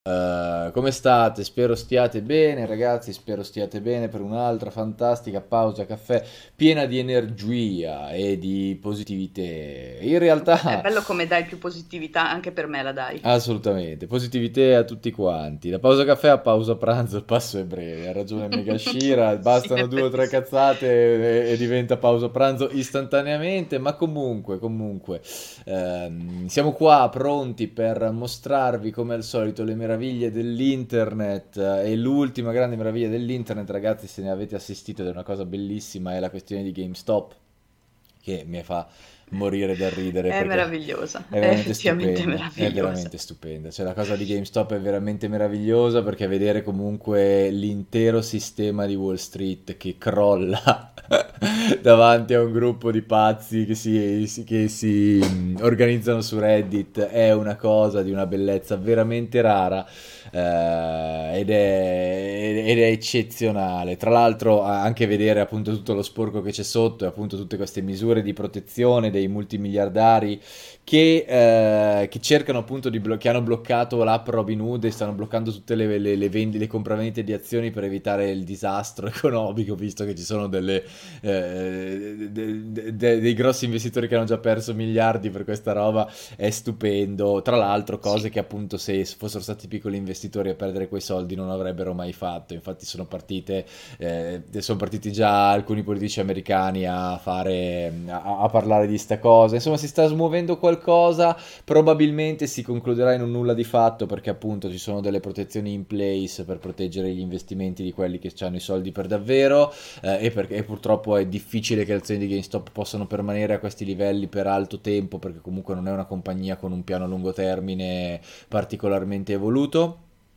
Come state? Spero stiate bene, ragazzi. Spero stiate bene per un'altra fantastica pausa caffè piena di energia e di positività. In È realtà, bello come dai più positività, anche per me la dai. assolutamente, positività a tutti quanti. Da pausa caffè a pausa pranzo il passo è breve. Ha ragione Megashira, Sì, bastano è due o tre verissimo. cazzate e diventa pausa pranzo istantaneamente. Ma comunque, siamo qua pronti per mostrarvi come al solito le meraviglie dell'internet e l'ultima grande meraviglia dell'internet, ragazzi, se ne avete assistito ed è una cosa bellissima, è la questione di GameStop che mi fa morire da ridere È perché meravigliosa, è è veramente effettivamente stupenda, è meravigliosa. veramente stupenda. Cioè la cosa di GameStop è veramente meravigliosa perché vedere comunque l'intero sistema di Wall Street che crolla davanti a un gruppo di pazzi che si organizzano su Reddit è una cosa di una bellezza veramente rara ed è eccezionale. Tra l'altro, anche vedere appunto tutto lo sporco che c'è sotto e appunto tutte queste misure di protezione dei multimiliardari che cercano appunto che hanno bloccato l'app Robinhood e stanno bloccando tutte le compravendite di azioni per evitare il disastro economico, visto che ci sono dei grossi investitori che hanno già perso miliardi per questa roba, è stupendo. Tra l'altro, cose Sì. che appunto se fossero stati piccoli investitori a perdere quei soldi non avrebbero mai fatto. Infatti sono partiti già alcuni politici americani a parlare di sta cosa. Insomma, si sta smuovendo qualcosa, probabilmente si concluderà in un nulla di fatto perché appunto ci sono delle protezioni in place per proteggere gli investimenti di quelli che hanno i soldi per davvero e purtroppo è difficile che le azioni di GameStop possano permanere a questi livelli per alto tempo perché comunque non è una compagnia con un piano a lungo termine particolarmente evoluto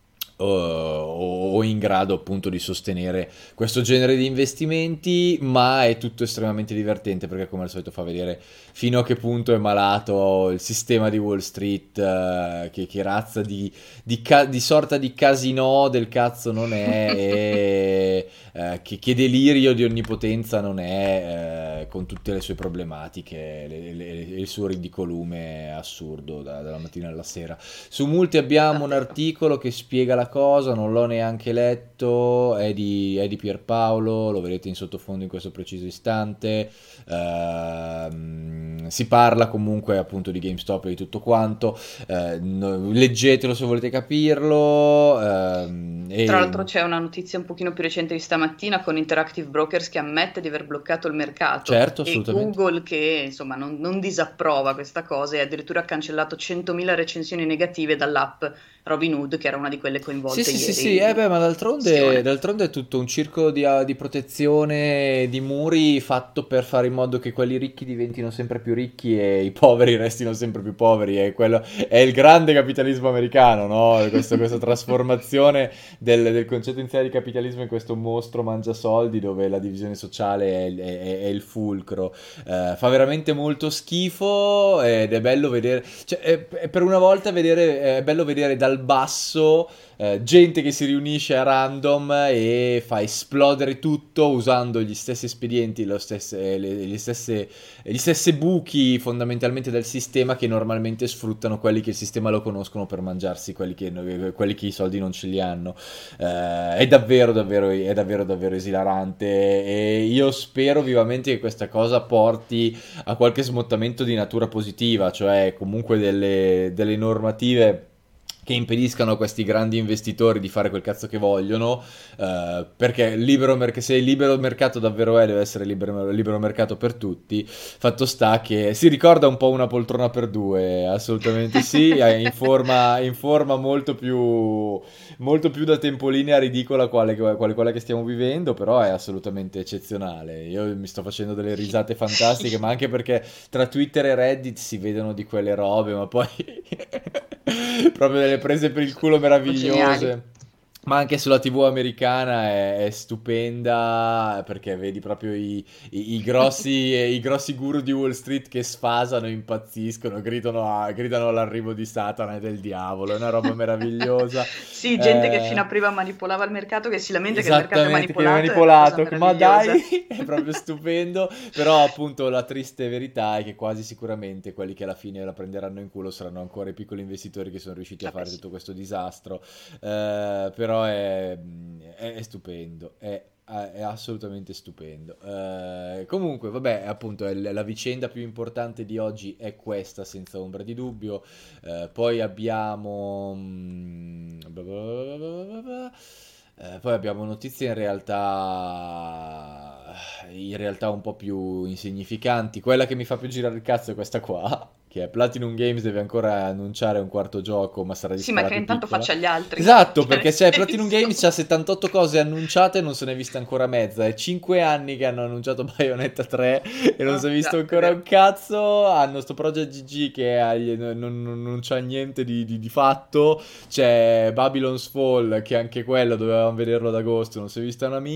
o in grado appunto di sostenere questo genere di investimenti, ma è tutto estremamente divertente perché come al solito fa vedere fino a che punto è malato il sistema di Wall Street, che razza di sorta di casinò del cazzo non è, e che delirio di onnipotenza non è, con tutte le sue problematiche, il suo ridicolume assurdo dalla mattina alla sera. Su Multi abbiamo un Davvero. articolo che spiega la cosa, non l'ho neanche letto, è di Pierpaolo, lo vedete in sottofondo in questo preciso istante. Si parla comunque appunto di GameStop e di tutto quanto. Leggetelo se volete capirlo. Tra l'altro c'è una notizia un pochino più recente di stamattina con Interactive Brokers che ammette di aver bloccato il mercato Certo, e assolutamente. Google che insomma non disapprova questa cosa e addirittura ha cancellato 100.000 recensioni negative dall'app Robinhood, che era una di quelle Sì, coinvolte sì, sì, ieri sì, in beh, ma d'altronde, questione. d'altronde è tutto un circo di protezione di muri fatto per fare in modo che quelli ricchi diventino sempre più ricchi e i poveri restino sempre più poveri. È il grande capitalismo americano, no? Questa trasformazione del concetto iniziale di capitalismo in questo mostro mangiasoldi dove la divisione sociale è il fulcro. Fa veramente molto schifo ed è bello vedere, cioè, è per una volta è bello vedere dal basso gente che si riunisce a random e fa esplodere tutto usando gli stessi espedienti, gli stessi buchi fondamentalmente del sistema che normalmente sfruttano quelli che il sistema lo conoscono per mangiarsi quelli che i soldi non ce li hanno. È davvero esilarante e io spero vivamente che questa cosa porti a qualche smottamento di natura positiva, cioè comunque delle normative che impediscano a questi grandi investitori di fare quel cazzo che vogliono, perché se il libero mercato davvero deve essere libero mercato per tutti. Fatto sta che si ricorda un po' una poltrona per due, assolutamente sì, in forma molto più da tempolinea ridicola quale quella che stiamo vivendo, però è assolutamente eccezionale. Io mi sto facendo delle risate Sì, fantastiche, ma anche perché tra Twitter e Reddit si vedono di quelle robe, ma poi proprio delle prese per il culo sono geniali. meravigliose. Ma anche sulla TV americana è stupenda perché vedi proprio i grossi guru di Wall Street che sfasano, impazziscono, gridano all'arrivo di Satana e del diavolo. È una roba meravigliosa. Sì, gente che fino a prima manipolava il mercato, che si lamenta che il mercato è Esattamente, che è manipolato, è una cosa manipolato, ma meravigliosa. dai, è proprio stupendo, però appunto la triste verità è che quasi sicuramente quelli che alla fine la prenderanno in culo saranno ancora i piccoli investitori che sono riusciti a Vabbè, fare sì. tutto questo disastro. Però è stupendo, è assolutamente stupendo. Comunque, vabbè, appunto, la vicenda più importante di oggi è questa, senza ombra di dubbio. Poi abbiamo... bla bla bla bla bla bla. Poi abbiamo notizie in realtà un po' più insignificanti. Quella che mi fa più girare il cazzo è questa qua, che è Platinum Games deve ancora annunciare un quarto gioco, ma sarà di Sì, ma scala che più intanto piccola. faccia gli altri. Esatto, Cioè, perché nel c'è Platinum Games, senso... c'ha 78 cose annunciate e non se ne è vista ancora mezza. È 5 anni che hanno annunciato Bayonetta 3 e non si è Oh, visto già, è ancora vero. un cazzo. Hanno sto Project GG che non c'ha niente di fatto. C'è Babylon's Fall, che anche quello dovevamo vederlo ad agosto, non si è vista una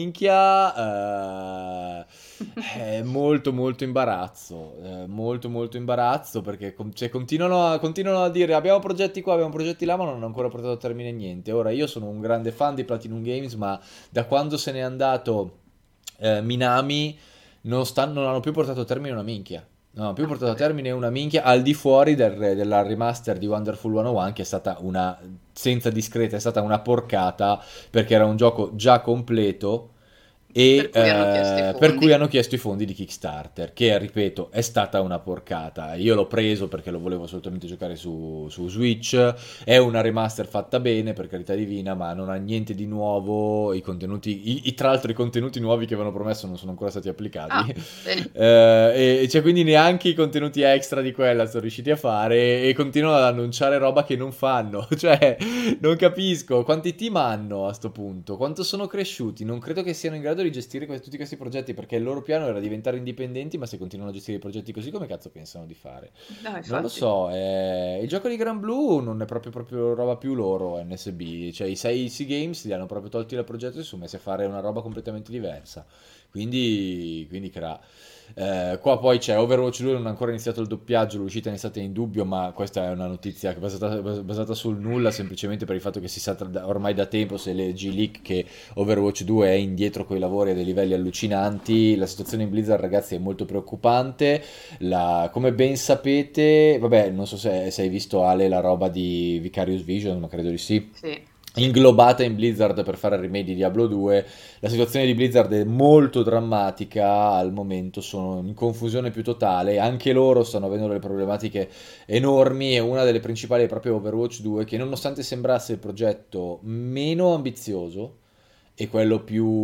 minchia. È molto molto imbarazzo, molto molto imbarazzo perché cioè, continuano a dire abbiamo progetti qua, abbiamo progetti là, ma non hanno ancora portato a termine niente. Ora io sono un grande fan di Platinum Games, ma da quando se n'è andato Minami non hanno più portato a termine una minchia. Non hanno più No, portato è a vero. termine una minchia al di fuori della remaster di Wonderful 101 che è stata una, senza discreta, è stata una porcata perché era un gioco già completo e Per cui hanno chiesto i per cui fondi. hanno chiesto i fondi di Kickstarter, che ripeto è stata una porcata. Io l'ho preso perché lo volevo assolutamente giocare su Switch. È una remaster fatta bene, per carità divina, ma non ha niente di nuovo. I contenuti, tra l'altro, i contenuti nuovi che avevano promesso non sono ancora stati applicati. Ah, bene. E cioè, quindi neanche i contenuti extra di quella sono riusciti a fare. E continuano ad annunciare roba che non fanno. Cioè, non capisco quanti team hanno a sto punto, quanto sono cresciuti. Non credo che siano in grado di gestire tutti questi progetti perché il loro piano era diventare indipendenti, ma se continuano a gestire i progetti così, come cazzo pensano di fare? No, Non lo infatti. so. Il gioco di Gran Blue non è proprio roba più loro, NSB. Cioè, i 6 Easy Games li hanno proprio tolti dal progetto e si sono messi a fare una roba completamente diversa. Quindi cra. Qua poi c'è Overwatch 2, non ha ancora iniziato il doppiaggio, l'uscita è stata in dubbio, ma questa è una notizia basata sul nulla, semplicemente per il fatto che si sa ormai da tempo, se leggi leak, che Overwatch 2 è indietro coi lavori a dei livelli allucinanti. La situazione in Blizzard, ragazzi, è molto preoccupante. Come ben sapete, vabbè, non so se hai visto Ale la roba di Vicarious Vision, ma credo di sì, Sì, sì. inglobata in Blizzard per fare il remake di Diablo 2. La situazione di Blizzard è molto drammatica al momento, sono in confusione più totale, anche loro stanno avendo delle problematiche enormi e una delle principali è proprio Overwatch 2 che nonostante sembrasse il progetto meno ambizioso e quello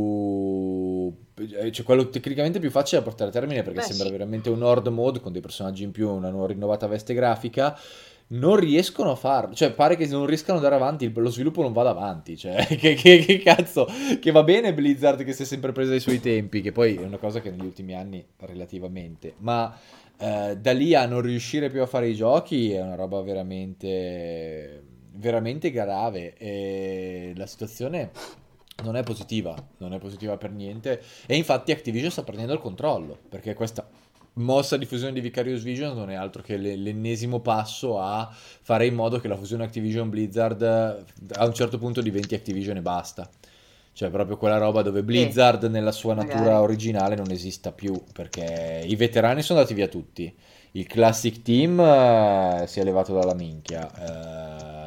cioè quello tecnicamente più facile da portare a termine perché Beh, sembra sì. veramente un horde mode con dei personaggi in più e una nuova rinnovata veste grafica, non riescono a farlo, cioè pare che non riescano ad andare avanti, lo sviluppo non vada avanti, cioè che cazzo, che va bene Blizzard che si è sempre presa i suoi tempi, che poi è una cosa che negli ultimi anni relativamente, ma da lì a non riuscire più a fare i giochi è una roba veramente grave e la situazione non è positiva per niente e infatti Activision sta prendendo il controllo perché questa mossa di fusione di Vicarious Vision non è altro che l'ennesimo passo a fare in modo che la fusione Activision Blizzard a un certo punto diventi Activision e basta. Cioè proprio quella roba dove Sì, Blizzard nella sua natura magari. originale non esista più perché i veterani sono andati via tutti. Il Classic Team si è levato dalla minchia.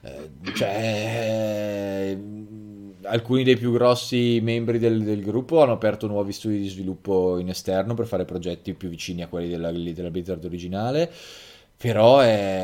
Alcuni dei più grossi membri del gruppo hanno aperto nuovi studi di sviluppo in esterno per fare progetti più vicini a quelli della Blizzard originale. Però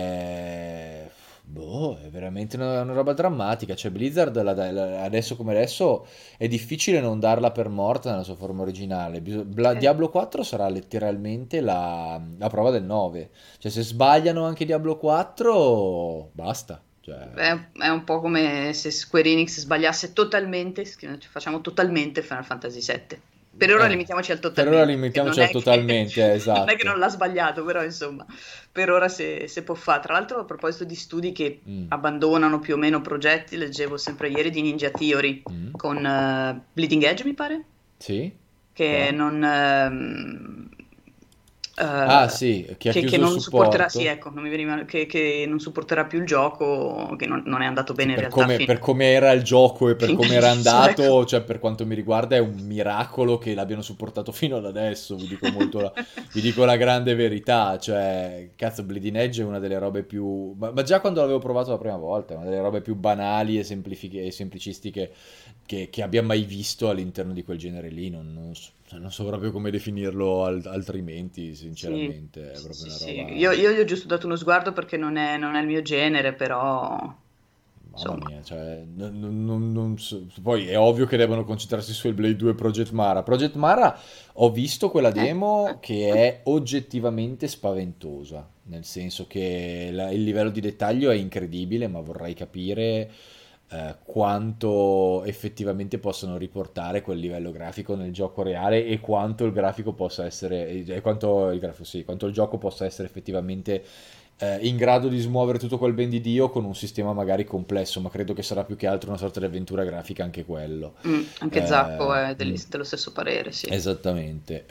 boh, è veramente una roba drammatica. Cioè, Blizzard adesso come adesso è difficile non darla per morta nella sua forma originale. Sì. Diablo 4 sarà letteralmente la prova del 9. Cioè, se sbagliano anche Diablo 4, basta. Cioè, È un po' come se Square Enix sbagliasse totalmente, facciamo totalmente Final Fantasy VII. Per ora eh, limitiamoci al per ora totalmente, perché limitiamoci al totalmente, non è che non esatto. l'ha sbagliato, però insomma, per ora se può fare. Tra l'altro, a proposito di studi che Mm, abbandonano più o meno progetti, leggevo sempre ieri di Ninja Theory mm. con Bleeding Edge, mi pare, Sì? che Qua? non... Ah sì, chi ha che chiuso il non supporterà, sì, supporto. ecco, non mi veniva, che non supporterà più il gioco, che non è andato Sì, bene in realtà per come era il gioco e per fin come era dall'inizio, ecco. andato, cioè per quanto mi riguarda è un miracolo che l'abbiano supportato fino ad adesso, vi dico la grande verità, cioè cazzo Bleeding Edge è una delle robe più... ma già quando l'avevo provato la prima volta, è una delle robe più banali e, e semplicistiche che abbia mai visto all'interno di quel genere lì, non so proprio come definirlo altrimenti, Sì, sinceramente, è sì, proprio sì, una sì. roba... Io gli ho giusto dato uno sguardo perché non è il mio genere, però Mamma insomma, mia, cioè, poi è ovvio che devono concentrarsi sul Blade 2 Project Mara. Project Mara ho visto quella eh, demo eh, che è oggettivamente spaventosa, nel senso che il livello di dettaglio è incredibile, ma vorrei capire quanto effettivamente possono riportare quel livello grafico nel gioco reale e quanto il grafico possa essere, quanto il grafico, sì, quanto il gioco possa essere effettivamente in grado di smuovere tutto quel ben di Dio con un sistema magari complesso, ma credo che sarà più che altro una sorta di avventura grafica anche quello. anche Zappo è Mm. dello stesso parere, sì. Esattamente.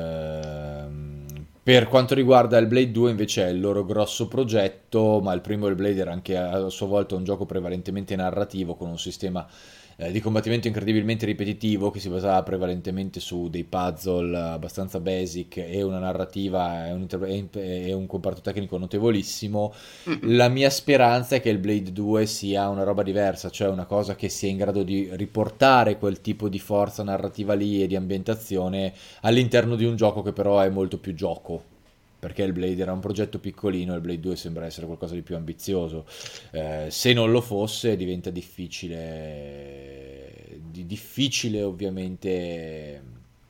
Per quanto riguarda il Blade 2 invece è il loro grosso progetto, ma il primo il Blade era anche a sua volta un gioco prevalentemente narrativo con un sistema di combattimento incredibilmente ripetitivo che si basava prevalentemente su dei puzzle abbastanza basic e una narrativa e un comparto tecnico notevolissimo. Mm-mm. La mia speranza è che il Blade 2 sia una roba diversa, cioè una cosa che sia in grado di riportare quel tipo di forza narrativa lì e di ambientazione all'interno di un gioco che però è molto più gioco. Perché il Blade era un progetto piccolino, il Blade 2 sembra essere qualcosa di più ambizioso. Se non lo fosse diventa difficile, difficile ovviamente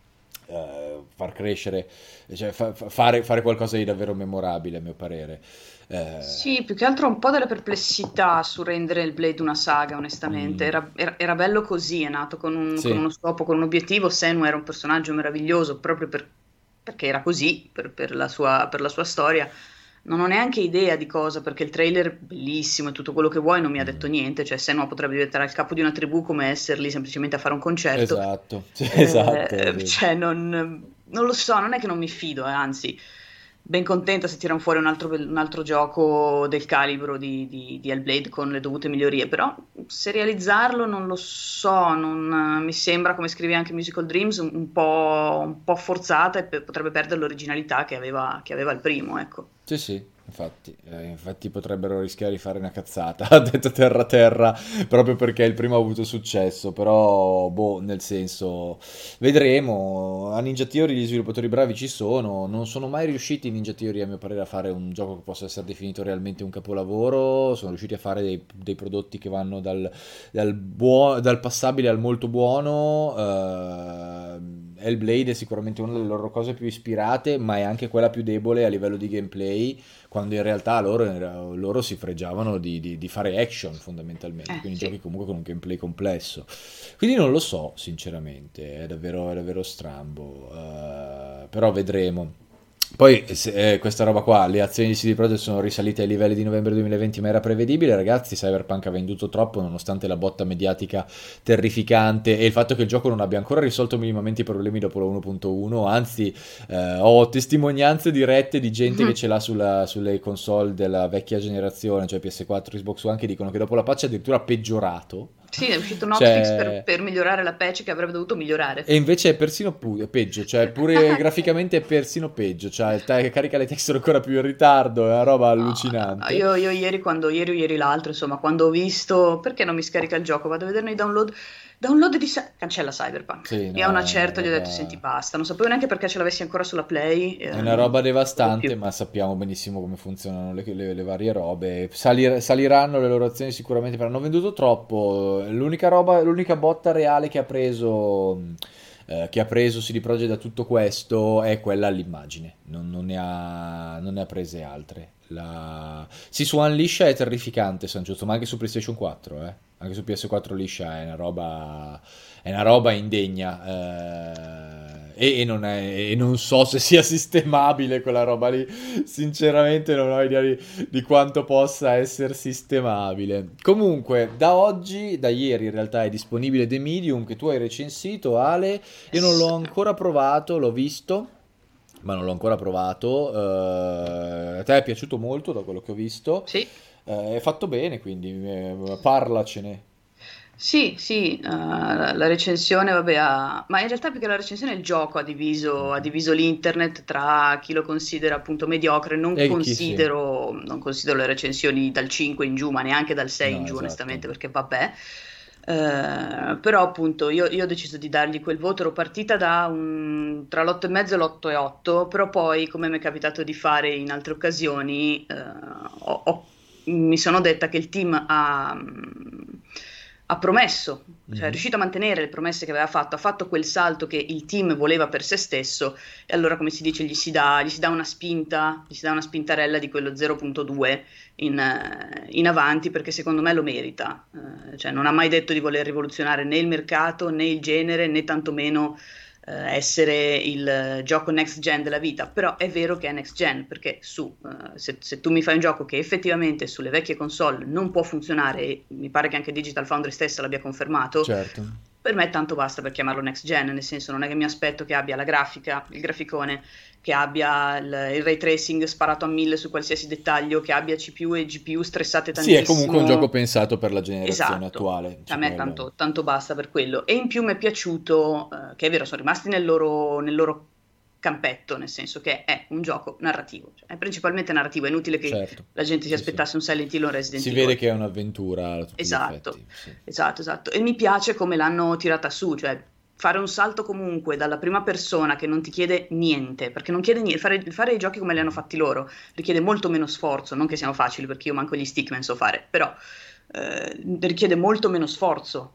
far crescere, cioè fare qualcosa di davvero memorabile a mio parere. Eh, Sì, più che altro ho un po' delle perplessità su rendere il Blade una saga, onestamente. mm, Era bello così, è nato con sì, uno scopo, con un obiettivo. Senua era un personaggio meraviglioso proprio perché era così, per la sua storia. Non ho neanche idea di cosa, perché il trailer bellissimo e tutto quello che vuoi non mi ha detto mm, niente. Cioè, Senua potrebbe diventare il capo di una tribù come essere lì semplicemente a fare un concerto. esatto, sì, esatto, sì. Cioè, non lo so, non è che non mi fido, anzi, ben contenta se tirano fuori un altro gioco del calibro di Hellblade con le dovute migliorie, però se realizzarlo non lo so, mi sembra, come scrive anche Musical Dreams, un po' forzata e potrebbe perdere l'originalità che aveva il primo, ecco. Sì, sì, infatti potrebbero rischiare di fare una cazzata, ha detto terra terra, proprio perché il primo ha avuto successo, però, boh, nel senso, vedremo, a Ninja Theory gli sviluppatori bravi ci sono, non sono mai riusciti Ninja Theory a mio parere a fare un gioco che possa essere definito realmente un capolavoro, sono riusciti a fare dei prodotti che vanno dal passabile al molto buono, Hellblade è sicuramente una delle loro cose più ispirate, ma è anche quella più debole a livello di gameplay, quando in realtà loro si fregiavano di fare action fondamentalmente, quindi Sì. giochi comunque con un gameplay complesso. Quindi non lo so, sinceramente, è davvero strambo, però vedremo. Poi questa roba qua, le azioni di CD Projekt sono risalite ai livelli di novembre 2020, ma era prevedibile, ragazzi. Cyberpunk ha venduto troppo nonostante la botta mediatica terrificante e il fatto che il gioco non abbia ancora risolto minimamente i problemi dopo la 1.1. Anzi, ho testimonianze dirette di gente che ce l'ha sulle console della vecchia generazione, cioè PS4, Xbox One, che dicono che dopo la patch è addirittura peggiorato. Sì, è uscito un hotfix Cioè, per migliorare la patch che avrebbe dovuto e migliorare. invece è persino peggio, cioè pure graficamente è persino peggio, cioè carica le texture ancora più in ritardo, è una roba No, no, allucinante. io ieri o ieri l'altro, insomma, quando ho visto perché non mi scarica il gioco, vado a vederne i download. Download cancella Cyberpunk. Sì, E a no, una è una certa gli ho detto: Senti, roba... basta. Non sapevo neanche perché ce l'avessi ancora sulla Play. È una Non roba volevo devastante, più. ma sappiamo benissimo come funzionano le varie robe. Saliranno le loro azioni sicuramente, però hanno venduto troppo. L'unica botta reale che ha preso CD Projekt da tutto questo è quella all'immagine. Non ne ha prese altre. Sì, su Unleashed è terrificante, San Giusto, ma anche su PlayStation 4, eh. Anche su PS4 liscia è una roba indegna. E non so se sia sistemabile quella roba lì. Sinceramente, non ho idea di quanto possa essere sistemabile. Comunque, da oggi, da ieri in realtà, è disponibile The Medium che tu hai recensito, Ale. Io non l'ho Yes. ancora provato, l'ho visto. ma non l'ho ancora provato. A te è piaciuto molto da quello che ho visto. Sì. È fatto bene, quindi parlacene. Sì, sì, la recensione, vabbè, ma in realtà più che la recensione il gioco ha Mhm. diviso l'internet tra chi lo considera appunto mediocre, E chi sì? non considero le recensioni dal 5 in giù, ma neanche dal 6 in No, giù esatto. onestamente, perché vabbè. Però appunto io ho deciso di dargli quel voto, ero partita tra l'8 e mezzo e l'8,8, però poi come mi è capitato di fare in altre occasioni, mi sono detta che il team ha promesso, cioè è Mhm. riuscito a mantenere le promesse che aveva fatto, ha fatto quel salto che il team voleva per se stesso e allora come si dice gli si dà una spinta, gli si dà una spintarella di quello 0,2 in avanti perché secondo me lo merita. Cioè non ha mai detto di voler rivoluzionare né il mercato né il genere né tantomeno essere il gioco next gen della vita, però è vero che è next gen perché se tu mi fai un gioco che effettivamente sulle vecchie console non può funzionare, e mi pare che anche Digital Foundry stessa l'abbia confermato, Certo. per me tanto basta per chiamarlo next gen, nel senso non è che mi aspetto che abbia la grafica, il graficone, che abbia il ray tracing sparato a 1000 su qualsiasi dettaglio, che abbia CPU e GPU stressate Sì, è comunque un gioco tantissimo. pensato per la generazione Esatto, attuale, cioè c'è a me quello. tanto basta per quello. E in più mi è piaciuto, che è vero, sono rimasti nel loro campetto, nel senso che è un gioco narrativo, cioè è principalmente narrativo, è inutile che Certo. la gente si Sì, sì. aspettasse un Silent Hill o un Si Resident vede Evil. che è un'avventura a tutti gli Esatto, effetti, sì. esatto, esatto. E mi piace come l'hanno tirata su, cioè fare un salto comunque dalla prima persona che non ti chiede niente, perché non chiede niente, fare i giochi come li hanno Mhm. fatti loro richiede molto meno sforzo, non che siano facili perché io manco gli stickman so fare, però richiede molto meno sforzo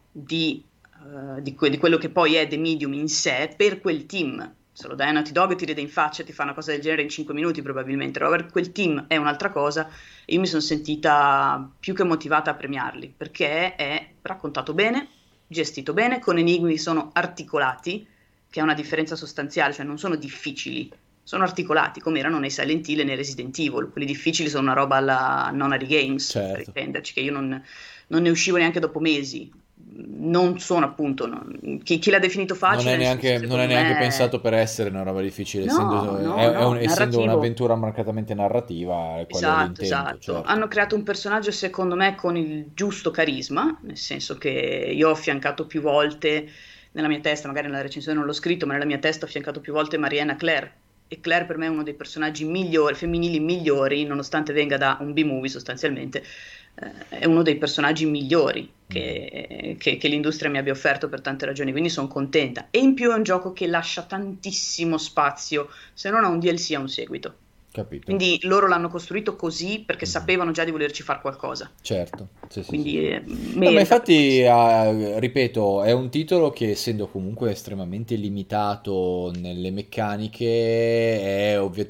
di quello che poi è The Medium in sé per quel team. Se lo dai a Naughty Dog ti ride in faccia e ti fa una cosa del genere in 5 minuti probabilmente, però per quel team è un'altra cosa e io mi sono sentita più che motivata a premiarli perché è raccontato bene, gestito bene, con enigmi che sono articolati, che è una differenza sostanziale, cioè non sono difficili, sono articolati come erano nei Silent Hill e nei Resident Evil. Quelli difficili sono una roba alla Nonary Games, per Certo. intenderci, che io non ne uscivo neanche dopo mesi. Non sono appunto, chi l'ha definito facile, nel senso Non è secondo neanche me pensato per essere una roba difficile, no, no, no, essendo narrativo. un'avventura marcatamente narrativa, quello è Esatto, l'intento, esatto. certo. Hanno creato un personaggio secondo me con il giusto carisma, nel senso che io ho affiancato più volte nella mia testa, magari nella recensione non l'ho scritto, ma nella mia testa ho affiancato più volte Marianne Claire. E Claire per me è uno dei personaggi migliori, femminili migliori, nonostante venga da un B-movie sostanzialmente, è uno dei personaggi migliori Mhm. che l'industria mi abbia offerto per tante ragioni, quindi sono contenta. E in più è un gioco che lascia tantissimo spazio, se non a un DLC, a un seguito. Capito. Quindi loro l'hanno costruito così perché Mhm. sapevano già di volerci fare qualcosa. Certo, sì, sì, sì, Quindi sì. No, ma merita per infatti, questo. ripeto, è un titolo che essendo comunque estremamente limitato nelle meccaniche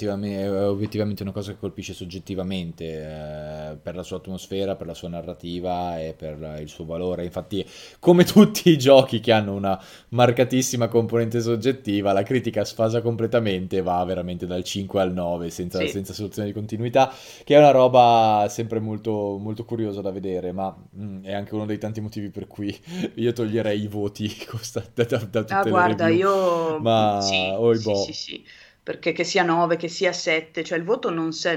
è obiettivamente una cosa che colpisce soggettivamente, per la sua atmosfera, per la sua narrativa e per il suo valore. Infatti, come tutti i giochi che hanno una marcatissima componente soggettiva, la critica sfasa completamente, va veramente dal 5 al 9 Sì. senza soluzione di continuità, che è una roba sempre molto, molto curiosa da vedere, ma è anche uno dei tanti motivi per cui io toglierei i voti da Ah, tutte le guarda, review, io ma sì, oi sì, sì, boh, sì, perché che sia 9, che sia 7, cioè il voto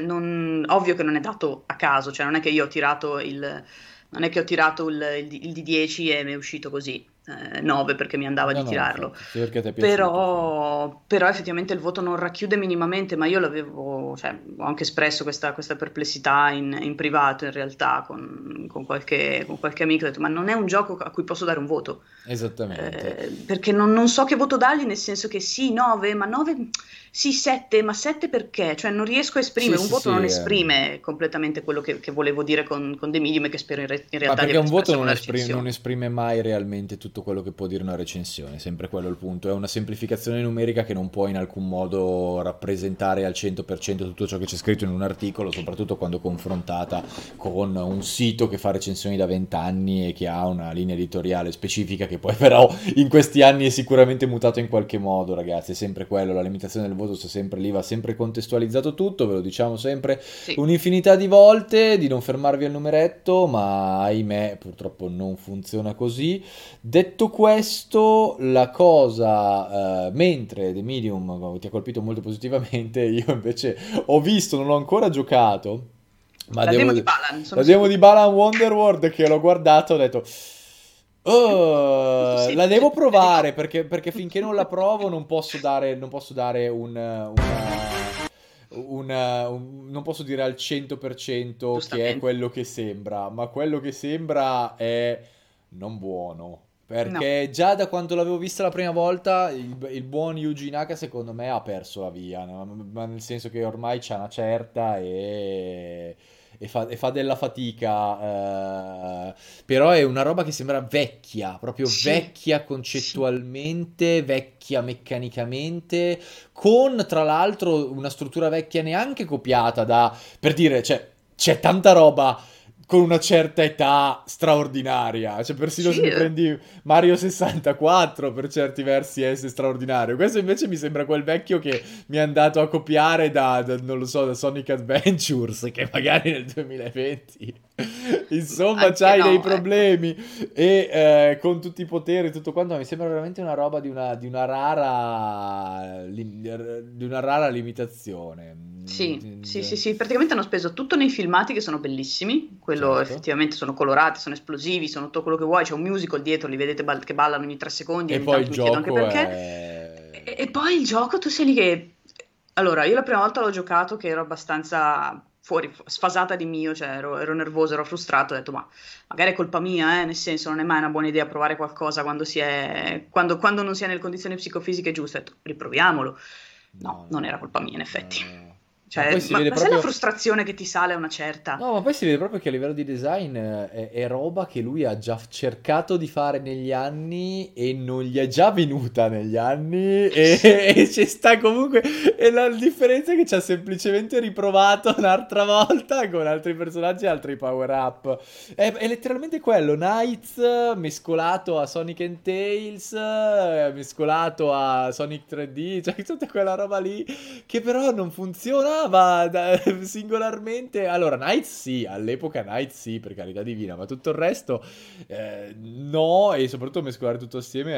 ovvio che non è dato a caso, cioè non è che io ho tirato non è che ho tirato il di 10 e mi è uscito così, 9 perché mi andava no di no, tirarlo. infatti, sì, perché ti è piaciuto, sì. Però effettivamente il voto non racchiude minimamente, ma io cioè, ho anche espresso questa perplessità in privato in realtà con qualche amico, ho detto, ma non è un gioco a cui posso dare un voto. Esattamente. Perché non so che voto dargli, nel senso che sì, 9, ma 9, sì, 7, ma 7 perché? Cioè non riesco a Sì, esprimere, un sì, voto non sì. esprime completamente quello che volevo dire con The Medium e che spero in Ma realtà di perché aver un voto espresso con la non recensione. esprime mai realmente tutto quello che può dire una recensione, sempre quello è il punto. È una semplificazione numerica che non può in alcun modo rappresentare al 100% tutto ciò che c'è scritto in un articolo, soprattutto quando confrontata con un sito che fa recensioni da 20 anni e che ha una linea editoriale specifica che poi però in questi anni è sicuramente mutato in qualche modo, ragazzi. È sempre quello, la limitazione del voto sta sempre lì, va sempre contestualizzato tutto, ve lo diciamo sempre Sì, un'infinità di volte, di non fermarvi al numeretto, ma ahimè purtroppo non funziona così. Detto Detto questo, la cosa, mentre The Medium ti ha colpito molto positivamente, io invece ho visto, non ho ancora giocato, ma La devo, demo di Balan, sono la demo di sicuro. Balan Wonderworld che l'ho guardato, ho detto, Molto "Oh, la devo semplice, vedi? provare perché finché non la provo non posso dare non posso dire al 100% che è Giustamente. quello che sembra, ma quello che sembra è non buono. No. Perché già da quando l'avevo vista la prima volta, il buon Yuji Naka secondo me ha perso la via, no? Ma nel senso che ormai c'ha una certa e fa della fatica. Però è una roba che sembra vecchia, proprio Sì, vecchia sì. concettualmente, vecchia meccanicamente, con tra l'altro una struttura vecchia neanche copiata da... Per dire, cioè, c'è tanta roba con una certa età straordinaria. Cioè, persino Sì, se mi prendi Mario 64 per certi versi è straordinario. Questo invece mi sembra quel vecchio che mi è andato a copiare non lo so, da Sonic Adventures, che magari nel 2020, ma insomma, anche c'hai dei no, ecco. problemi e con tutti i poteri e tutto quanto, mi sembra veramente una roba di una rara limitazione. Sì, sì, sì, sì, praticamente hanno speso tutto nei filmati che sono bellissimi, quello Certo. effettivamente sono colorati, sono esplosivi, sono tutto quello che vuoi, c'è un musical dietro, li vedete che ballano ogni 3 secondi e E ogni poi tanto il mi chiedo anche gioco perché. è... E poi il gioco, tu sei lì che... Allora, io la prima volta l'ho giocato che ero abbastanza fuori, sfasata di mio, cioè ero nervosa, ero frustrato, ho detto ma magari è colpa mia, nel senso non è mai una buona idea provare quando quando non si è nelle condizioni psicofisiche giuste, ho detto riproviamolo. No, No, non no, era colpa mia in no, effetti. no. Ma Cioè, poi si vede ma sai la proprio... frustrazione che ti sale a una certa? No, ma poi si vede proprio che a livello di design è roba che lui ha già cercato di fare negli anni e non gli è già venuta negli anni e, Sì, e ci sta comunque. E la differenza è che ci ha semplicemente riprovato un'altra volta con altri personaggi e altri power up. È letteralmente quello, Knights mescolato a Sonic and Tails, mescolato a Sonic 3D, cioè tutta quella roba lì che però non funzionava singolarmente. Allora, Knights sì, all'epoca Knights sì, per carità divina, ma tutto il resto no, e soprattutto mescolare tutto assieme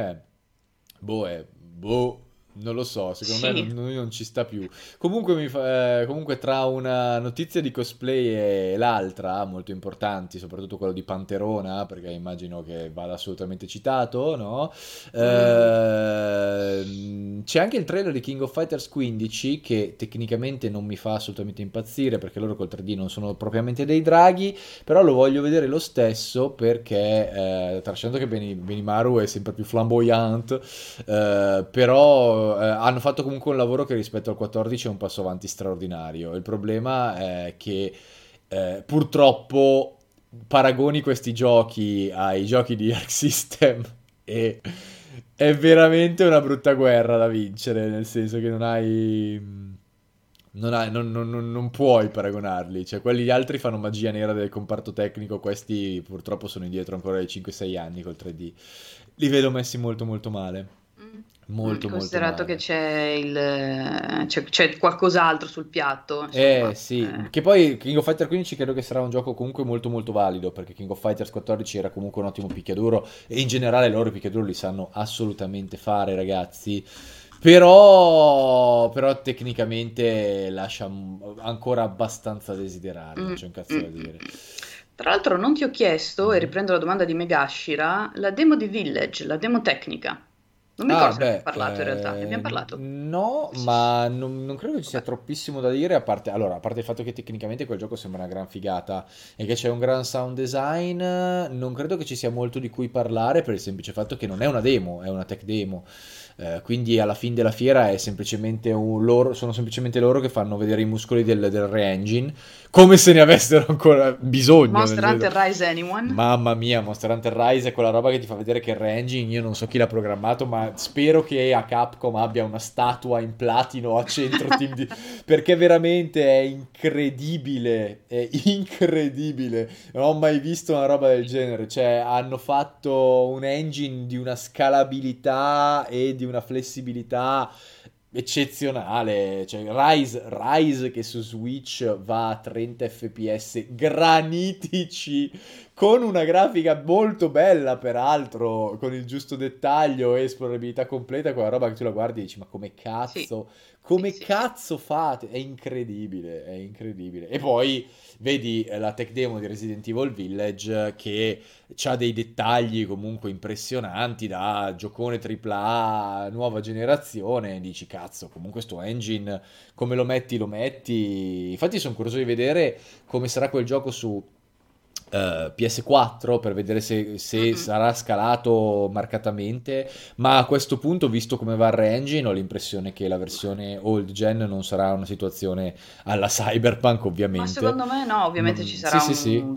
boh, non lo so, secondo me sì. non ci sta più. Comunque, comunque tra una notizia di cosplay e l'altra, molto importanti, soprattutto quello di Panterona, perché immagino che vada assolutamente citato, no? Mm, C'è anche il trailer di King of Fighters 15 che tecnicamente non mi fa assolutamente impazzire perché loro col 3D non sono propriamente dei draghi, però lo voglio vedere lo stesso perché tralasciando che Benimaru è sempre più flamboyant, però hanno fatto comunque un lavoro che rispetto al 14 è un passo avanti straordinario. Il problema è che purtroppo paragoni questi giochi ai giochi di Arc System e è veramente una brutta guerra da vincere, nel senso che non puoi paragonarli. Cioè, quelli altri fanno magia nera del comparto tecnico, questi purtroppo sono indietro ancora di 5-6 anni col 3D. Li vedo messi molto molto male. Molto molto considerato che male. c'è qualcos'altro sul piatto, insomma. Sì, che poi King of Fighters 15 credo che sarà un gioco comunque molto molto valido, perché King of Fighters 14 era comunque un ottimo picchiaduro e in generale loro i picchiaduro li sanno assolutamente fare, ragazzi. Però tecnicamente lascia ancora abbastanza a desiderare, non Mm, c'è un mm, cazzo da mm. dire. Tra l'altro non ti ho chiesto, e Mhm. riprendo la domanda di Megashira, la demo di Village, la demo tecnica. Non mi Ah, ricordo se ne abbiamo beh, parlato in realtà. Ne abbiamo parlato? no, Sì. ma non credo ci sia Vabbè. troppissimo da dire, allora, a parte il fatto che tecnicamente quel gioco sembra una gran figata e che c'è un gran sound design, non credo che ci sia molto di cui parlare per il semplice fatto che non è una demo, è una tech demo. Quindi alla fine della fiera è semplicemente sono semplicemente loro che fanno vedere i muscoli del re-engine, come se ne avessero ancora bisogno, nel Monster senso. Hunter Rise Anyone? Mamma mia, Monster Hunter Rise è quella roba che ti fa vedere che il re-engine, io non so chi l'ha programmato, ma spero che a Capcom abbia una statua in platino a centro team perché veramente è incredibile. Non ho mai visto una roba del genere, cioè hanno fatto un engine di una scalabilità e di una flessibilità eccezionale, cioè Rise che su Switch va a 30 fps granitici con una grafica molto bella, peraltro, con il giusto dettaglio e esplorabilità completa, quella roba che tu la guardi e dici, ma Sì, sì, come sì, sì. cazzo fate? È incredibile, è incredibile. E poi vedi la tech demo di Resident Evil Village che ha dei dettagli comunque impressionanti da giocone AAA nuova generazione, dici cazzo, comunque sto engine come lo metti lo metti. Infatti sono curioso di vedere come sarà quel gioco su PS4 per vedere se Mm-mm. sarà scalato marcatamente, ma a questo punto, visto come va il re-engine, ho l'impressione che la versione old gen non sarà una situazione alla Cyberpunk, Ma ovviamente. secondo me no, ovviamente ci Sì, sarà sì, sì.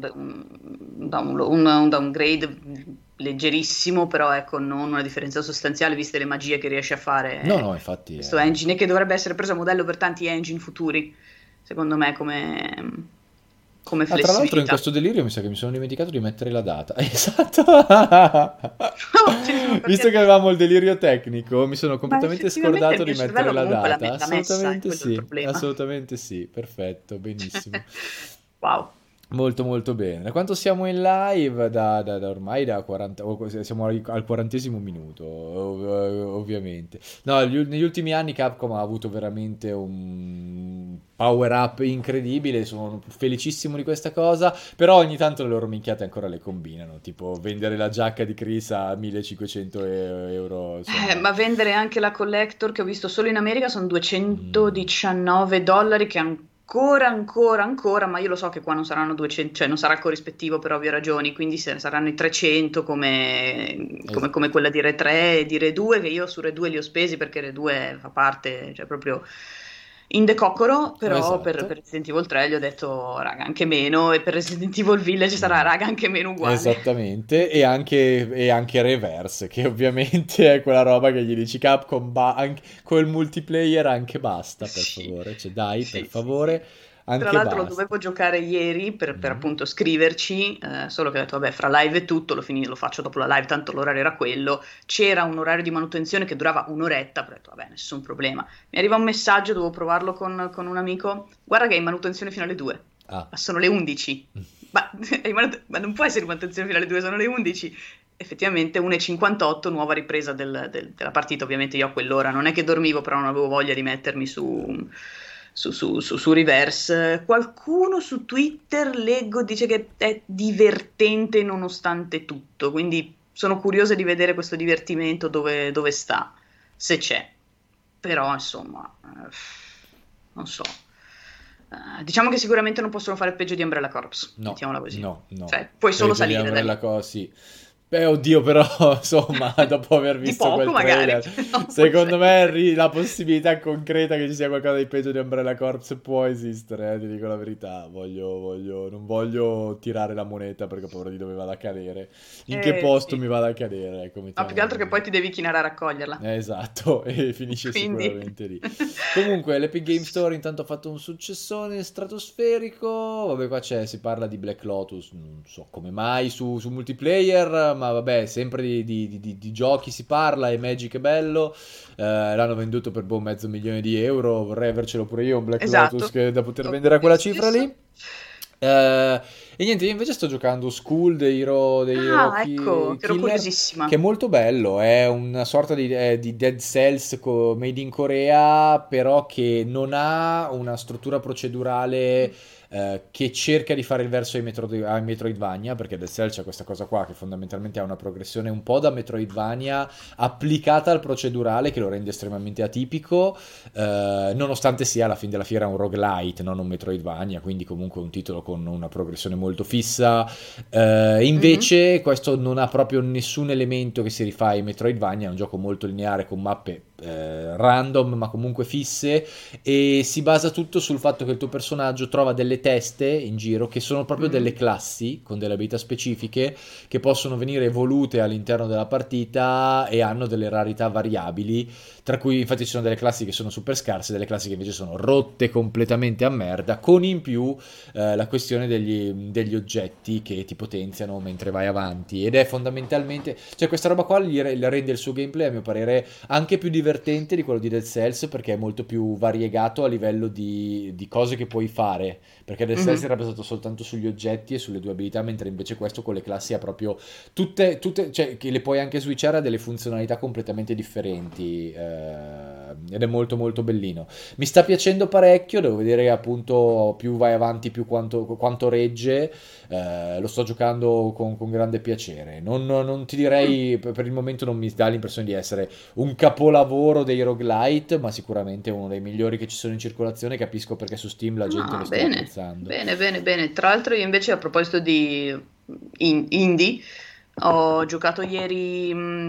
un downgrade leggerissimo, però ecco, non una differenza sostanziale viste le magie che riesce a No, fare no, infatti questo engine e che dovrebbe essere preso a modello per tanti engine futuri, secondo me come Ah, tra l'altro in flessibilità. questo delirio mi sa che mi sono dimenticato di mettere la data. Esatto! Ottimo, Visto perché che avevamo il delirio tecnico, mi sono ma completamente effettivamente il scordato di mio mettere cervello la comunque data. l'ha messa, è Assolutamente quello il sì, problema. assolutamente sì. Perfetto, benissimo. Wow. Molto molto bene. Da quanto siamo in live? Da ormai da 40, siamo al 40esimo minuto, ovviamente. No, negli ultimi anni Capcom ha avuto veramente un power up incredibile, sono felicissimo di questa cosa, però ogni tanto le loro minchiate ancora le combinano, tipo vendere la giacca di Chris a 1500 euro, insomma. Ma vendere anche la collector che ho visto solo in America sono Mm, $219 che ancora, ma io lo so che qua non saranno 200, cioè non sarà corrispettivo per ovvie ragioni, quindi saranno i 300 es- come quella di Re 3 e di Re 2, che io su Re 2 li ho spesi perché Re 2 fa parte, cioè proprio in decocoro, però per esatto. Resident Evil 3 gli ho detto raga anche meno e per Resident Evil Village sarà Mm. raga anche meno uguale. Esattamente, e anche Reverse, che ovviamente è quella roba che gli dici Capcom, col multiplayer anche basta, per Sì, favore, cioè dai, per sì, sì, sì. favore, Tra anche l'altro lo basta. dovevo giocare ieri per Mm. appunto scriverci, solo che ho detto, vabbè, fra live e tutto, lo faccio dopo la live, tanto l'orario era quello. C'era un orario di manutenzione che durava un'oretta, però ho detto, vabbè, nessun problema. Mi arriva un messaggio, dovevo provarlo con un amico, guarda che è in manutenzione fino alle 2, Ah. ma sono le 11. Ma, ma non può essere in manutenzione fino alle 2, sono le 11. Effettivamente 1:58, nuova ripresa della partita. Ovviamente io a quell'ora non è che dormivo, però non avevo voglia di mettermi su Reverse. Qualcuno su Twitter leggo dice che è divertente nonostante tutto, quindi sono curiosa di vedere questo divertimento dove sta, se c'è. Però insomma, non so. Diciamo che sicuramente non possono fare peggio di Umbrella Corps, No, mettiamola così. no, no. Cioè, puoi solo Peggio di salire da Umbrella lì. Sì. Beh, oddio, però, insomma, dopo aver Di visto poco quel magari, trailer, però puoi secondo me salire. la possibilità concreta che ci sia qualcosa di peggio di Umbrella Corps può esistere, ti dico la verità. Non voglio tirare la moneta perché ho paura di dove vada a cadere. In che posto Sì. mi vada a cadere, ecco, Ma più che mettiamola altro che poi così. ti devi chinare a raccoglierla. Esatto, e finisce Quindi... sicuramente lì. Comunque, l'Epic Game Store intanto ha fatto un successone stratosferico. Vabbè, qua si parla di Black Lotus, non so come mai su multiplayer, ma vabbè, sempre di giochi si parla e Magic è bello. L'hanno venduto per boh, mezzo milione di euro. Vorrei avercelo pure io, un Black Lotus Esatto. da poter vendere a Io quella cifra lì. stesso. E niente, io invece sto giocando School dei Hero Ah, ecco, che ero Killer, che è curiosissima. molto bello, è una sorta di Dead Cells made in Corea, però che non ha una struttura procedurale che cerca di fare il verso ai Metroidvania, perché Dead Cells c'è questa cosa qua che fondamentalmente ha una progressione un po' da Metroidvania applicata al procedurale che lo rende estremamente atipico, nonostante sia alla fine della fiera un roguelite, non un Metroidvania, quindi comunque un titolo con una progressione molto fissa. Mhm. Invece questo non ha proprio nessun elemento che si rifà ai Metroidvania, è un gioco molto lineare con mappe random ma comunque fisse e si basa tutto sul fatto che il tuo personaggio trova delle teste in giro che sono proprio delle Mhm. classi con delle abilità specifiche che possono venire evolute all'interno della partita e hanno delle rarità variabili, tra cui infatti ci sono delle classi che sono super scarse, delle classi che invece sono rotte completamente a merda, con in più la questione degli oggetti che ti potenziano mentre vai avanti ed è fondamentalmente, cioè questa roba qua rende il suo gameplay a mio parere anche più divertente divertente di quello di Dead Cells perché è molto più variegato a livello di cose che puoi fare, perché Dead Cells Mhm. era basato soltanto sugli oggetti e sulle due abilità, mentre invece questo con le classi ha proprio cioè che le puoi anche switchare a delle funzionalità completamente differenti, ed è molto molto bellino. Mi sta piacendo parecchio, devo vedere appunto più vai avanti più quanto regge. Lo sto giocando con grande piacere. Non ti Mm. direi, per il momento non mi dà l'impressione di essere un capolavoro dei roguelite, ma sicuramente uno dei migliori che ci sono in circolazione. Capisco perché su Steam la gente lo Ah, stia bene, apprezzando. bene, bene, bene. Tra l'altro io invece a proposito di indie, ho giocato ieri,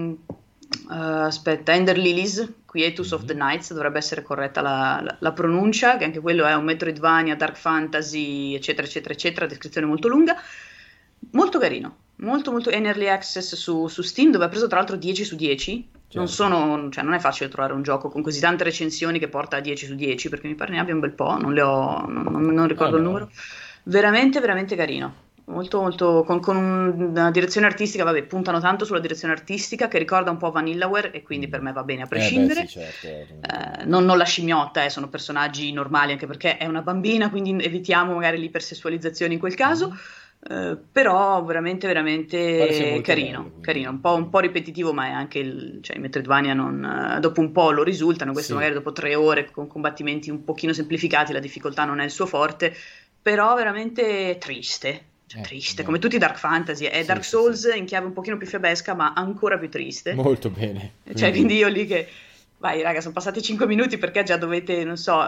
aspetta, Ender Lilies, Quietus of the Mhm. Nights, dovrebbe essere corretta la pronuncia, che anche quello è un Metroidvania, Dark Fantasy, eccetera, eccetera, eccetera, descrizione molto lunga, molto carino, molto, molto in early access su Steam, dove ha preso tra l'altro 10 su 10. Non Certo. sono, cioè, non è facile trovare un gioco con così tante recensioni che porta a 10 su 10, perché mi pare ne abbia un bel po', non le ho, non Ah ricordo il no. numero. Veramente, veramente carino. Molto, molto, con una direzione artistica, vabbè, puntano tanto sulla direzione artistica che ricorda un po' Vanillaware e quindi per Mm. me va bene a Beh sì, prescindere. certo. Non la scimmiota, sono personaggi normali anche perché è una bambina, quindi evitiamo magari l'ipersessualizzazione in quel caso. Mhm. Però veramente, Pare sia veramente molto bello, carino, carino, quindi un po' ripetitivo, ma è anche cioè, i Metroidvania dopo un po' lo risultano, questo sì. magari dopo 3 ore con combattimenti un pochino semplificati, la difficoltà non è il suo forte, però veramente triste, cioè triste, come Beh. tutti i Dark Fantasy, è Sì, Dark sì, sì. Souls in chiave un pochino più fiabesca, ma ancora più triste. Molto bene, Cioè, quindi quindi io lì che, vai raga, sono passati 5 minuti perché già dovete, non so,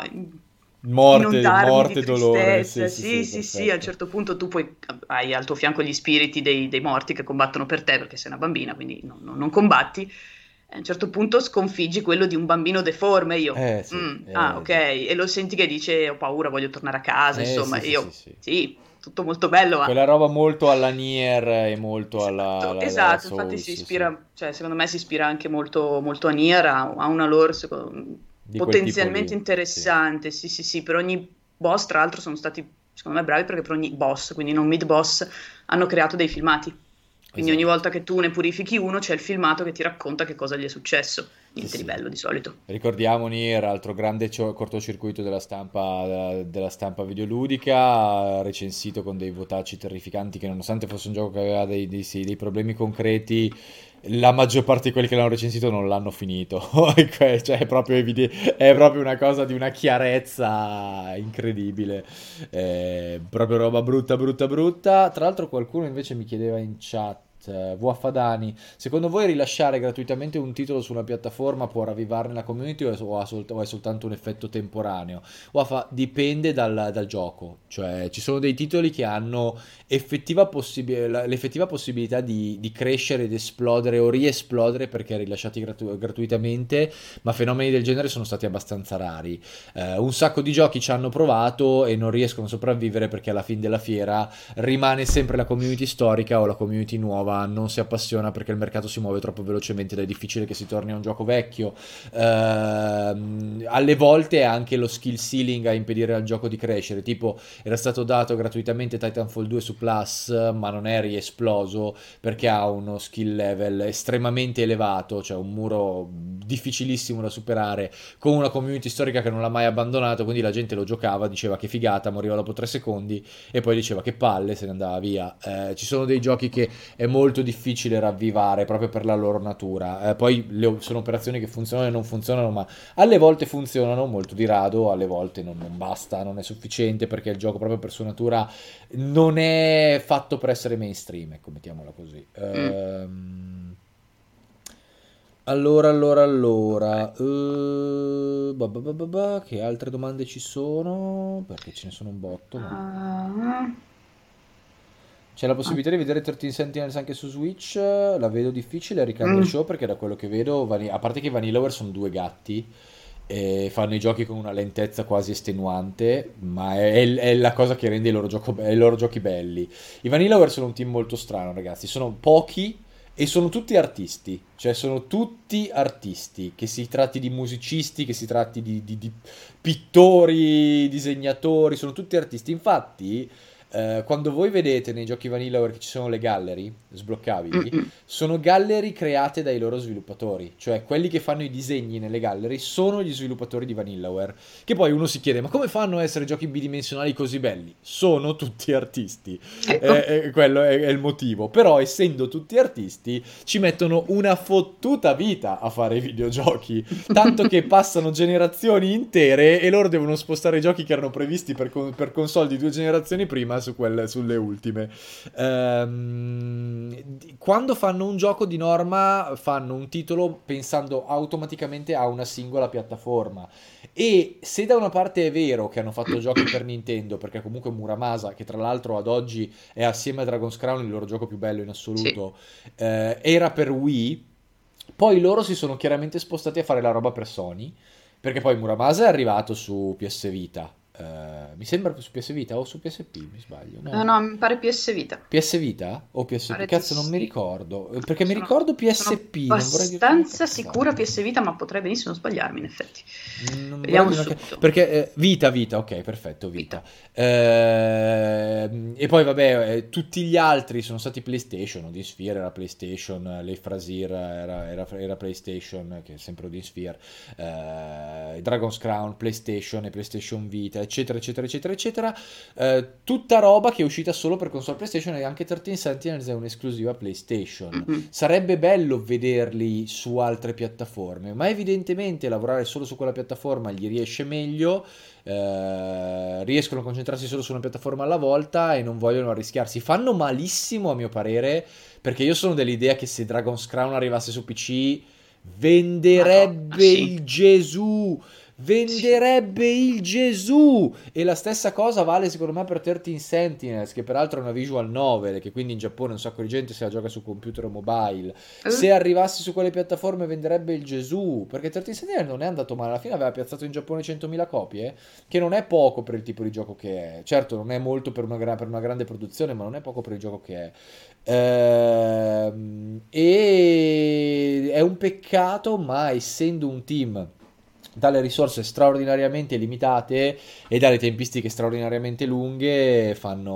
morte, inondarmi di morte e dolore, sì, tristezza. sì, Sì, sì, sì, sì, a un perfetto. certo punto tu poi hai al tuo fianco gli spiriti dei morti che combattono per te perché sei una bambina, quindi non combatti. E a un certo punto sconfiggi quello di un bambino deforme. Io, Sì, ah, ok, già. e lo senti che dice ho paura, voglio tornare a casa, insomma, Sì, e sì, sì, io, sì. sì, tutto molto bello, ma Quella roba molto alla Nier e molto esatto, alla esatto, infatti si Souls, sì. ispira, cioè secondo me si ispira anche molto, molto a Nier, ha una lore Di quel tipo potenzialmente lì, sì. interessante, sì sì sì, per ogni boss tra l'altro sono stati secondo me bravi perché per ogni boss, quindi non mid boss, hanno creato dei filmati, quindi ogni Esatto. volta che tu ne purifichi uno c'è il filmato che ti racconta che cosa gli è successo, Sì, niente di sì. bello di solito. Ricordiamo Nier, altro grande cortocircuito della stampa videoludica, recensito con dei votacci terrificanti che nonostante fosse un gioco che aveva sì, dei problemi concreti, la maggior parte di quelli che l'hanno recensito non l'hanno finito. Cioè, è proprio una cosa di una chiarezza incredibile. Proprio roba brutta, brutta, brutta. Tra l'altro qualcuno invece mi chiedeva in chat, Vuaffadani, secondo voi rilasciare gratuitamente un titolo su una piattaforma può ravvivarne la community o è soltanto un effetto temporaneo? Wafa, dipende dal gioco, cioè ci sono dei titoli che hanno l'effettiva possibilità di crescere ed esplodere o riesplodere perché rilasciati gratuitamente, ma fenomeni del genere sono stati abbastanza rari. Un sacco di giochi ci hanno provato e non riescono a sopravvivere perché alla fine della fiera rimane sempre la community storica o la community nuova non si appassiona perché il mercato si muove troppo velocemente ed è difficile che si torni a un gioco vecchio. Alle volte è anche lo skill ceiling a impedire al gioco di crescere, tipo era stato dato gratuitamente Titanfall 2 su Plus ma non è riesploso perché ha uno skill level estremamente elevato, cioè un muro difficilissimo da superare con una community storica che non l'ha mai abbandonato, quindi la gente lo giocava, diceva che figata, moriva dopo 3 secondi e poi diceva che palle, se ne andava via. Ci sono dei giochi che è molto difficile ravvivare proprio per la loro natura. Poi sono operazioni che funzionano e non funzionano, ma alle volte funzionano, molto di rado, alle volte non basta, non è sufficiente perché il gioco proprio per sua natura non è fatto per essere mainstream, ecco, mettiamola così. Mm, Allora, ok. che altre domande ci sono? Perché ce ne sono un botto, ma... Ah, C'è la ah, possibilità di vedere 13 Sentinels anche su Switch, la vedo difficile, Ricardo mm. Show, perché da quello che vedo, a parte che i Vanillaware sono due gatti, e fanno i giochi con una lentezza quasi estenuante, ma è la cosa che rende i loro giochi belli. I Vanillaware sono un team molto strano, ragazzi, sono pochi e sono tutti artisti, cioè sono tutti artisti, che si tratti di musicisti, che si tratti di pittori, disegnatori, sono tutti artisti. Infatti Quando voi vedete nei giochi Vanillaware che ci sono le gallery sbloccabili, Mm-mm. sono gallery create dai loro sviluppatori, cioè quelli che fanno i disegni nelle gallery sono gli sviluppatori di Vanillaware. Che poi uno si chiede, ma come fanno a essere giochi bidimensionali così belli? Sono tutti artisti, Ecco. quello è il motivo. Però essendo tutti artisti ci mettono una fottuta vita a fare i videogiochi, tanto che passano generazioni intere e loro devono spostare i giochi che erano previsti per console di 2 generazioni prima sulle ultime. Quando fanno un gioco di norma fanno un titolo pensando automaticamente a una singola piattaforma. E se da una parte è vero che hanno fatto giochi per Nintendo, perché comunque Muramasa, che tra l'altro ad oggi è assieme a Dragon's Crown il loro gioco più bello in Sì. assoluto, era per Wii, poi loro si sono chiaramente spostati a fare la roba per Sony, perché poi Muramasa è arrivato su PS Vita. Mi sembra su PS Vita o su PSP, mi sbaglio, No, no? no, mi pare PS Vita. PS Vita o PSP? Pare di Cazzo, non mi sì. ricordo. Perché mi Sono, ricordo sono PSP, non vorrei dirti una abbastanza sicura cazzata. PS Vita, ma potrei benissimo sbagliarmi, in effetti. Non vorrei Vediamo dire subito. perché Vita, ok, perfetto, Vita. Vita. E poi vabbè, tutti gli altri sono stati PlayStation, Odin Sphere era PlayStation, l'Eifrasir era PlayStation, che è sempre Odin Sphere, Dragon's Crown, PlayStation e PlayStation Vita, eccetera, eccetera, eccetera, eccetera. Tutta roba che è uscita solo per console PlayStation e anche 13 Sentinels è un'esclusiva PlayStation. Mhm. Sarebbe bello vederli su altre piattaforme, ma evidentemente lavorare solo su quella piattaforma gli riesce meglio. Riescono a concentrarsi solo su una piattaforma alla volta e non vogliono arrischiarsi. Fanno malissimo, a mio parere, perché io sono dell'idea che se Dragon's Crown arrivasse su PC, Madonna, venderebbe sì. il Gesù. Sì. Venderebbe il Gesù! E la stessa cosa vale secondo me per 13 Sentinels, che peraltro è una visual novel, che quindi in Giappone un sacco di gente se la gioca su computer o mobile. Eh, Se arrivassi su quelle piattaforme venderebbe il Gesù, perché 13 Sentinels non è andato male, alla fine aveva piazzato in Giappone 100.000 copie, che non è poco per il tipo di gioco che è. Certo, non è molto per una grande produzione, ma non è poco per il gioco che è. E è un peccato, ma essendo un team dalle risorse straordinariamente limitate e dalle tempistiche straordinariamente lunghe,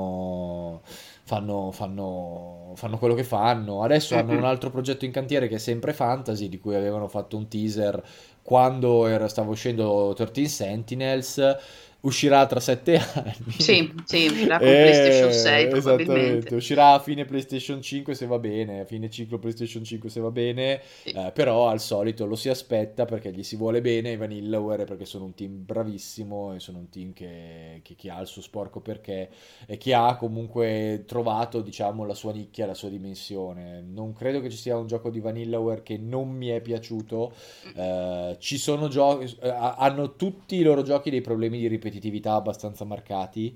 fanno quello che fanno. Adesso hanno un mm-mm. altro progetto in cantiere che è sempre Fantasy, di cui avevano fatto un teaser quando stava uscendo 13 Sentinels. Uscirà tra 7 anni. Sì, sì, uscirà con PlayStation 6 Esattamente, probabilmente. uscirà a fine PlayStation 5 se va bene, a fine ciclo PlayStation 5 se va bene, Sì. però al solito lo si aspetta perché gli si vuole bene ai Vanillaware perché sono un team bravissimo e sono un team che ha il suo sporco perché e che ha comunque trovato, diciamo, la sua nicchia, la sua dimensione. Non credo che ci sia un gioco di Vanillaware che non mi è piaciuto. Ci sono giochi, hanno tutti i loro giochi dei problemi di ripetitività abbastanza marcati.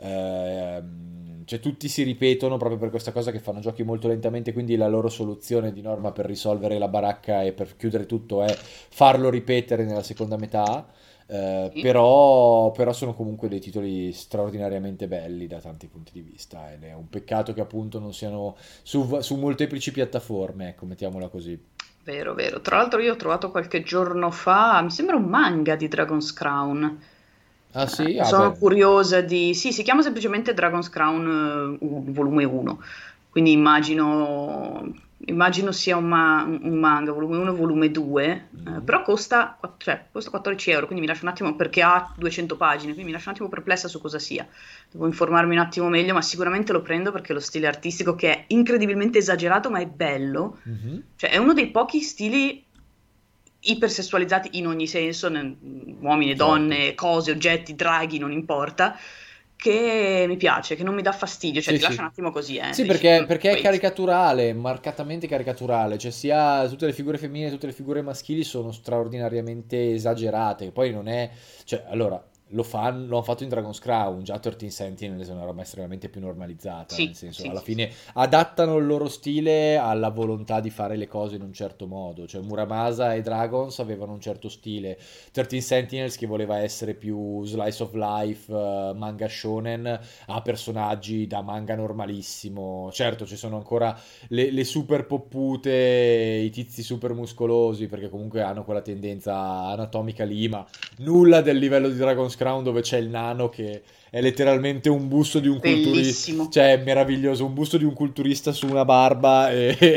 Cioè tutti si ripetono proprio per questa cosa che fanno giochi molto lentamente, quindi la loro soluzione di norma per risolvere la baracca e per chiudere tutto è farlo ripetere nella seconda metà. Sì. Però sono comunque dei titoli straordinariamente belli da tanti punti di vista ed è un peccato che appunto non siano su molteplici piattaforme, ecco, mettiamola così. Vero, vero. Tra l'altro io ho trovato qualche giorno fa, mi sembra un manga di Dragon's Crown. Ah sì? Ah Sono beh. curiosa di... Sì, si chiama semplicemente Dragon's Crown volume 1, quindi immagino sia un manga, volume 1 e volume 2, Mhm. però costa 14 euro, quindi mi lascio un attimo, perché ha 200 pagine, quindi mi lascio un attimo perplessa su cosa sia. Devo informarmi un attimo meglio, ma sicuramente lo prendo perché lo stile artistico che è incredibilmente esagerato, ma è bello. Mhm. Cioè, è uno dei pochi stili ipersessualizzati in ogni senso, uomini, Certo. donne, cose, oggetti, draghi, non importa, che mi piace, che non mi dà fastidio, cioè Sì, ti lascia sì. un attimo così, Sì, dici, perché è wait. caricaturale, marcatamente caricaturale, cioè sia tutte le figure femminili e tutte le figure maschili sono straordinariamente esagerate, poi non è, cioè, allora, lo hanno fatto in Dragon's Crown, già 13 Sentinels è una roba estremamente più normalizzata, nel Sì, senso, sì, alla sì, sì. fine adattano il loro stile alla volontà di fare le cose in un certo modo, cioè Muramasa e Dragons avevano un certo stile, 13 Sentinels che voleva essere più slice of life, manga shonen, a personaggi da manga normalissimo. Certo, ci sono ancora le super poppute, i tizi super muscolosi, perché comunque hanno quella tendenza anatomica lì, ma nulla del livello di Dragon's Crown dove c'è il nano che è letteralmente un busto di un culturista, Bellissimo. cioè è meraviglioso, un busto di un culturista su una barba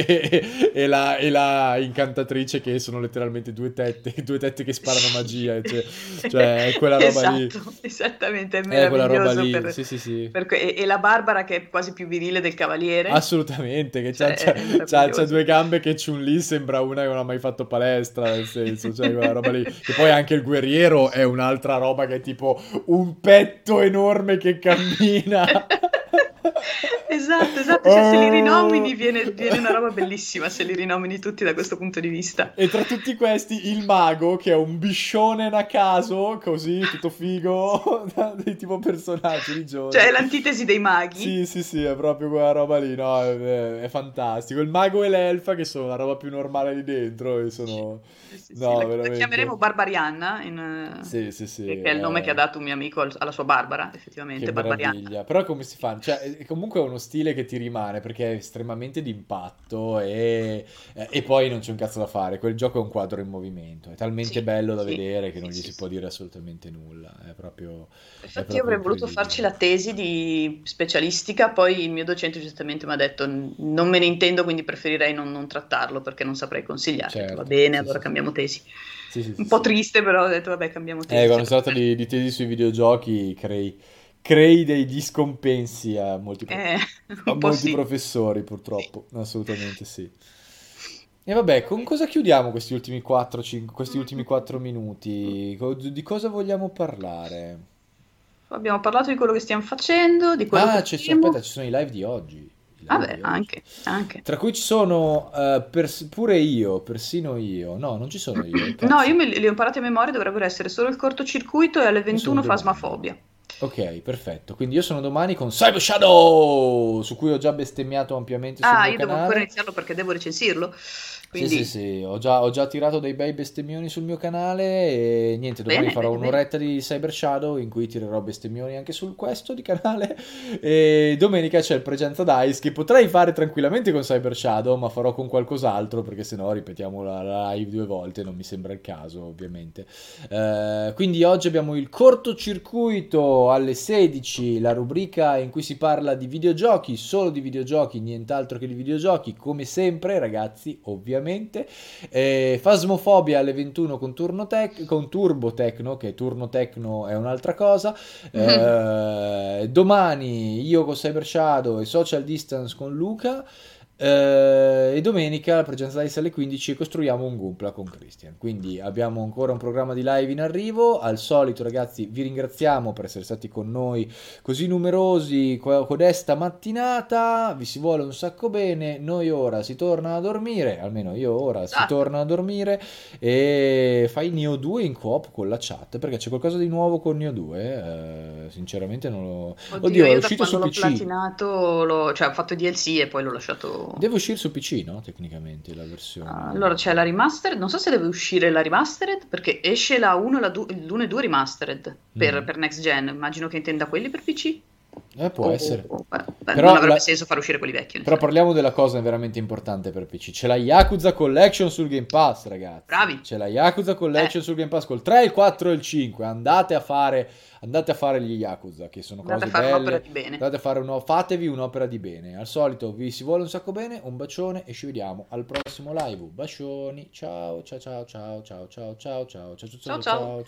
e la incantatrice che sono letteralmente due tette che sparano magia, cioè è quella roba lì. Esatto, esattamente, è È quella roba meraviglioso lì, sì sì sì. e la Barbara che è quasi più virile del cavaliere, Assolutamente, che cioè è c'ha meraviglioso. due gambe che Chun-Li sembra una che non ha mai fatto palestra, nel senso, cioè quella roba lì. E poi anche il guerriero è un'altra roba che è tipo un petto enorme che cammina. Esatto, esatto, cioè se li Oh! rinomini viene una roba bellissima se li rinomini tutti da questo punto di vista. E tra tutti questi il mago, che è un biscione a caso, così, tutto figo, dei tipo personaggi di Cioè gioco. è l'antitesi dei maghi. Sì, sì, sì, è proprio quella roba lì, no, è fantastico. Il mago e l'elfa che sono la roba più normale lì dentro e Sì, sono... sì, sì, sì. No, La chiameremo veramente. Barbarianna, Sì, sì, sì, che è il nome che ha dato un mio amico alla sua Barbara, che effettivamente, Barbarianna. meraviglia. Però come si fa? Cioè, comunque è uno stile che ti rimane perché è estremamente d'impatto e poi non c'è un cazzo da fare. Quel gioco è un quadro in movimento. È talmente Sì, bello da sì, vedere che non sì, gli sì, si può sì. dire assolutamente nulla. È Infatti io proprio avrei voluto farci la incredibile. tesi di specialistica, poi il mio docente giustamente mi ha detto non me ne intendo, quindi preferirei non trattarlo perché non saprei consigliarti. Ho detto va Certo, bene, sì, allora sì, sì. cambiamo tesi. Sì, sì, sì, Un po' sì. triste, però ho detto vabbè, cambiamo tesi. Quando Cioè, si tratta di tesi sui videogiochi, crei dei discompensi eh, a un po' molti sì. professori, Sì. purtroppo. Assolutamente sì. E vabbè, con cosa chiudiamo questi ultimi 4 minuti? Di cosa vogliamo parlare? Abbiamo parlato di quello che stiamo facendo, di quello che Ah, aspetta, faremo. ci sono i live di oggi. I live Vabbè, di oggi. anche, anche. Tra cui ci sono pure io, persino io. No, non ci sono io, No, io cazzo. li ho imparati a memoria, dovrebbero essere solo il cortocircuito e alle Io sono 21 domani. Fasmafobia. Ok, perfetto. Quindi io sono domani con Cyber Shadow, su cui ho già bestemmiato ampiamente sul Ah, mio io devo ancora canale. iniziarlo perché devo recensirlo, Sì, sì, quindi sì, ho già tirato dei bei bestemmioni sul mio canale e niente, domani bene, farò bene, bene. un'oretta di Cyber Shadow in cui tirerò bestemmioni anche sul questo di canale e domenica c'è il Pregenza Dice che potrei fare tranquillamente con Cyber Shadow ma farò con qualcos'altro perché sennò ripetiamo la live 2 volte, non mi sembra il caso ovviamente. Quindi oggi abbiamo il cortocircuito alle 16, la rubrica in cui si parla di videogiochi, solo di videogiochi, nient'altro che di videogiochi, come sempre ragazzi, ovviamente. Phasmophobia alle 21 con Turbo Tecno, che Turno Tecno è un'altra cosa. Domani io con Cyber Shadow e Social Distance con Luca. E domenica la presenza Dice alle 15 e costruiamo un Gunpla con Christian. Quindi abbiamo ancora un programma di live in arrivo. Al solito, ragazzi, vi ringraziamo per essere stati con noi così numerosi codesta mattinata. Vi si vuole un sacco bene. Noi ora si torna a dormire, almeno io ora si Esatto. torna a dormire. E fai Neo 2 in coop con la chat perché c'è qualcosa di nuovo con Neo 2. Sinceramente non lo. Oddio, Oddio, è io da uscito su quando l'ho PC. platinato, cioè ho fatto DLC e poi l'ho lasciato. Deve uscire su PC, no? Tecnicamente la Allora c'è la versione. remastered, non so se deve uscire la remastered perché esce la 1 e l'1 e 2 remastered Mm. per next gen, immagino che intenda quelli per PC. Può essere. Beh, non Però, avrebbe senso far uscire quelli vecchi, però onestamente. parliamo della cosa veramente importante per PC. C'è la Yakuza Collection sul Game Pass, ragazzi. Bravi! C'è la Yakuza Eh, Collection sul Game Pass col 3, il 4 e il 5. Andate a fare gli Yakuza, che sono andate a cose fare un'opera belle. di bene. Fatevi un'opera di bene. Al solito vi si vuole un sacco bene, un bacione e ci vediamo al prossimo live. Bacioni, ciao, ciao, ciao, ciao, ciao, ciao, ciao, ciao, ciao, ciao, Ciao ciao, ciao! ciao.